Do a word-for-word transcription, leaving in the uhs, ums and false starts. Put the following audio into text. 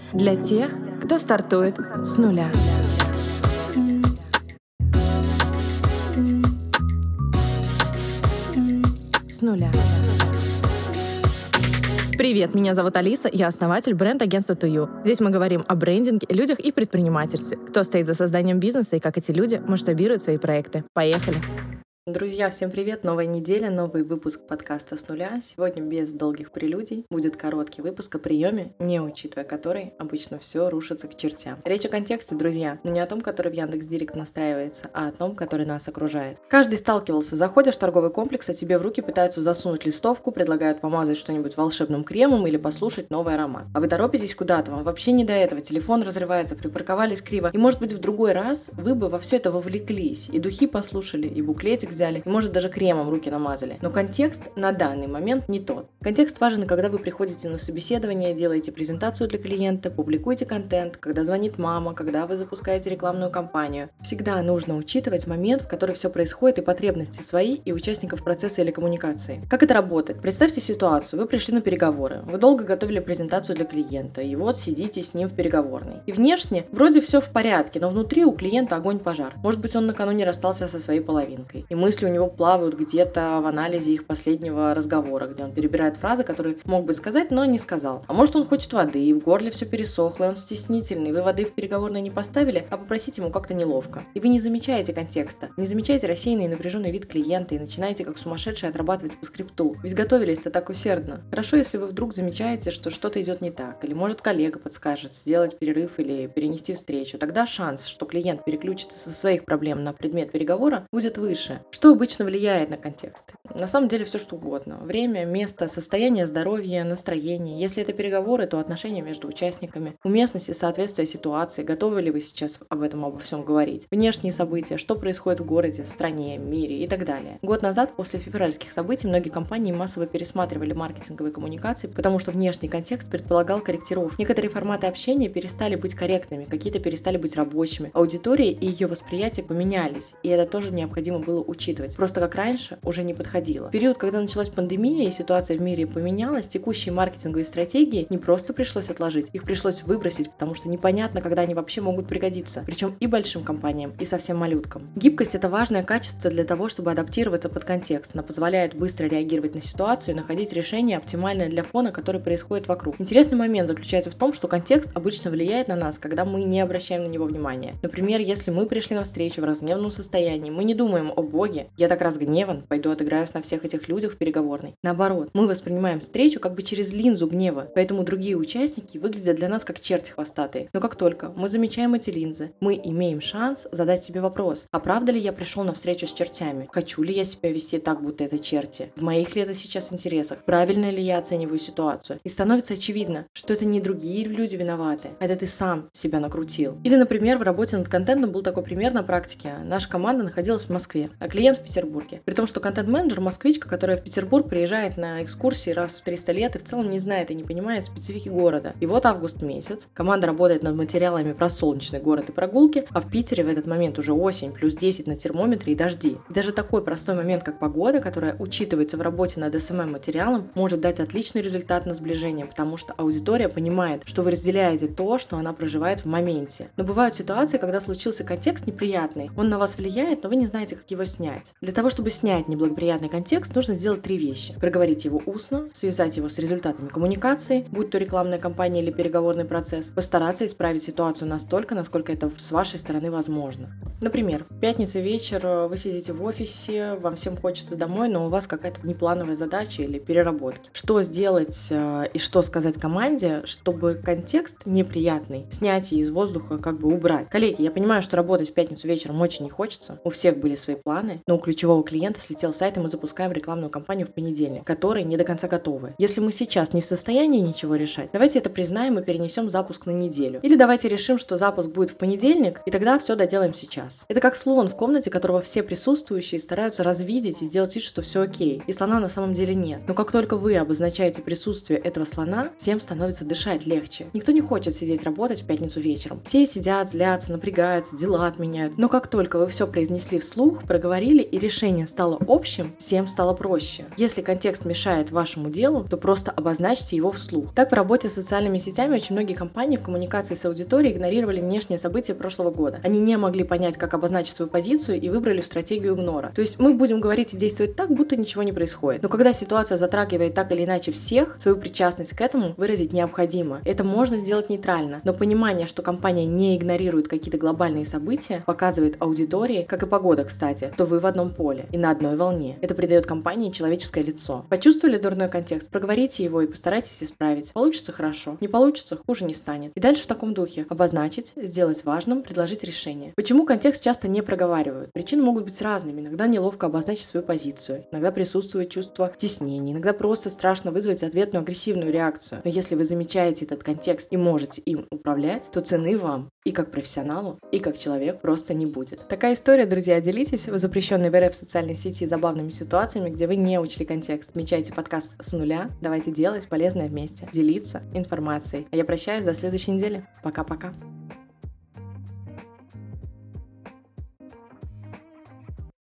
Для тех, кто стартует с нуля. С нуля. Привет, меня зовут Алиса, я основатель бренд-агентства ту ю. Здесь мы говорим о брендинге, людях и предпринимательстве. Кто стоит за созданием бизнеса и как эти люди масштабируют свои проекты. Поехали! Друзья, всем привет! Новая неделя, новый выпуск подкаста «С нуля». Сегодня без долгих прелюдий будет короткий выпуск о приеме, не учитывая который обычно все рушится к чертям. Речь о контексте, друзья, но не о том, который в Яндекс.Директ настраивается, а о том, который нас окружает. Каждый сталкивался. Заходишь в торговый комплекс, а тебе в руки пытаются засунуть листовку, предлагают помазать что-нибудь волшебным кремом или послушать новый аромат. А вы торопитесь куда-то, вам вообще не до этого, телефон разрывается, припарковались криво. И может быть в другой раз вы бы во все это вовлеклись, и духи послушали, и буклетик взяли, и может даже кремом руки намазали. Но контекст на данный момент не тот. Контекст важен, когда вы приходите на собеседование, делаете презентацию для клиента, публикуете контент, когда звонит мама, когда вы запускаете рекламную кампанию. Всегда нужно учитывать момент, в который все происходит, и потребности свои, и участников процесса или коммуникации. Как это работает? Представьте ситуацию. Вы пришли на переговоры, вы долго готовили презентацию для клиента, и вот сидите с ним в переговорной. И внешне вроде все в порядке, но внутри у клиента огонь-пожар. Может быть, он накануне расстался со своей половинкой, и мысли у него плавают где-то в анализе их последнего разговора, где он перебирает фразы, которые мог бы сказать, но не сказал. А может, он хочет воды, и в горле все пересохло, и он стеснительный, вы воды в переговорной не поставили, а попросить ему как-то неловко. И вы не замечаете контекста, не замечаете рассеянный и напряженный вид клиента, и начинаете как сумасшедший отрабатывать по скрипту. Ведь готовились-то так усердно. Хорошо, если вы вдруг замечаете, что что-то идет не так, или может коллега подскажет сделать перерыв или перенести встречу. Тогда шанс, что клиент переключится со своих проблем на предмет переговора, будет выше. Что обычно влияет на контекст? На самом деле все что угодно. Время, место, состояние здоровья, настроение. Если это переговоры, то отношения между участниками, уместность и соответствие ситуации, готовы ли вы сейчас об этом обо всем говорить, внешние события, что происходит в городе, стране, мире и так далее. Год назад, после февральских событий, многие компании массово пересматривали маркетинговые коммуникации, потому что внешний контекст предполагал корректировку. Некоторые форматы общения перестали быть корректными, какие-то перестали быть рабочими. Аудитория и ее восприятие поменялись, и это тоже необходимо было учитывать. Просто как раньше уже не подходило. В период, когда началась пандемия и ситуация в мире поменялась, текущие маркетинговые стратегии не просто пришлось отложить, их пришлось выбросить, потому что непонятно, когда они вообще могут пригодиться. Причем и большим компаниям, и совсем малюткам. Гибкость – это важное качество для того, чтобы адаптироваться под контекст. Она позволяет быстро реагировать на ситуацию и находить решение, оптимальное для фона, который происходит вокруг. Интересный момент заключается в том, что контекст обычно влияет на нас, когда мы не обращаем на него внимания. Например, если мы пришли на встречу в разгневанном состоянии, мы не думаем о боге, я так разгневан, пойду отыграюсь на всех этих людях в переговорной. Наоборот, мы воспринимаем встречу как бы через линзу гнева, поэтому другие участники выглядят для нас как черти хвостатые. Но как только мы замечаем эти линзы, мы имеем шанс задать себе вопрос: а правда ли я пришел на встречу с чертями? Хочу ли я себя вести так, будто это черти? В моих ли это сейчас интересах? Правильно ли я оцениваю ситуацию? И становится очевидно, что это не другие люди виноваты, а это ты сам себя накрутил. Или, например, в работе над контентом был такой пример на практике. Наша команда находилась в Москве, а клиент в Петербурге. При том, что контент-менеджер москвичка, которая в Петербург приезжает на экскурсии раз в триста лет и в целом не знает и не понимает специфики города. И вот август месяц, команда работает над материалами про солнечный город и прогулки, а в Питере в этот момент уже осень, плюс десять на термометре и дожди. И даже такой простой момент, как погода, которая учитывается в работе над эс эм эм-материалом, может дать отличный результат на сближение, потому что аудитория понимает, что вы разделяете то, что она проживает в моменте. Но бывают ситуации, когда случился контекст неприятный, он на вас влияет, но вы не знаете, как его снять. Для того, чтобы снять неблагоприятный контекст, нужно сделать три вещи. Проговорить его устно, связать его с результатами коммуникации, будь то рекламная кампания или переговорный процесс, постараться исправить ситуацию настолько, насколько это с вашей стороны возможно. Например, пятница вечер, вы сидите в офисе, вам всем хочется домой, но у вас какая-то внеплановая задача или переработки. Что сделать э, и что сказать команде, чтобы контекст неприятный снять и из воздуха как бы убрать? Коллеги, я понимаю, что работать в пятницу вечером очень не хочется, у всех были свои планы, но у ключевого клиента слетел сайт, и мы запускаем рекламную кампанию в понедельник, которые не до конца готовы. Если мы сейчас не в состоянии ничего решать, давайте это признаем и перенесем запуск на неделю. Или давайте решим, что запуск будет в понедельник, и тогда все доделаем сейчас. Это как слон в комнате, которого все присутствующие стараются развидеть и сделать вид, что все окей. И слона на самом деле нет. Но как только вы обозначаете присутствие этого слона, всем становится дышать легче. Никто не хочет сидеть работать в пятницу вечером. Все сидят, злятся, напрягаются, дела отменяют. Но как только вы все произнесли вслух, проговорили проговорили и решение стало общим, всем стало проще. Если контекст мешает вашему делу, то просто обозначьте его вслух. Так в работе с социальными сетями очень многие компании в коммуникации с аудиторией игнорировали внешние события прошлого года. Они не могли понять, как обозначить свою позицию, и выбрали стратегию игнора. То есть мы будем говорить и действовать так, будто ничего не происходит. Но когда ситуация затрагивает так или иначе всех, свою причастность к этому выразить необходимо. Это можно сделать нейтрально, но понимание, что компания не игнорирует какие-то глобальные события, показывает аудитории, как и погода, кстати, то вы в одном поле и на одной волне. Это придает компании человеческое лицо. Почувствовали дурной контекст? Проговорите его и постарайтесь исправить. Получится — хорошо, не получится — хуже не станет. И дальше в таком духе: обозначить, сделать важным, предложить решение. Почему контекст часто не проговаривают? Причины могут быть разными. Иногда неловко обозначить свою позицию, иногда присутствует чувство стеснения, иногда просто страшно вызвать ответную агрессивную реакцию. Но если вы замечаете этот контекст и можете им управлять, то цены вам и как профессионалу, и как человек просто не будет. Такая история, друзья. Делитесь в запрещенной в эр эф социальной сети забавными ситуациями, где вы не учли контекст. Отмечайте подкаст с нуля. Давайте делать полезное вместе, делиться информацией. А я прощаюсь до следующей недели. Пока-пока.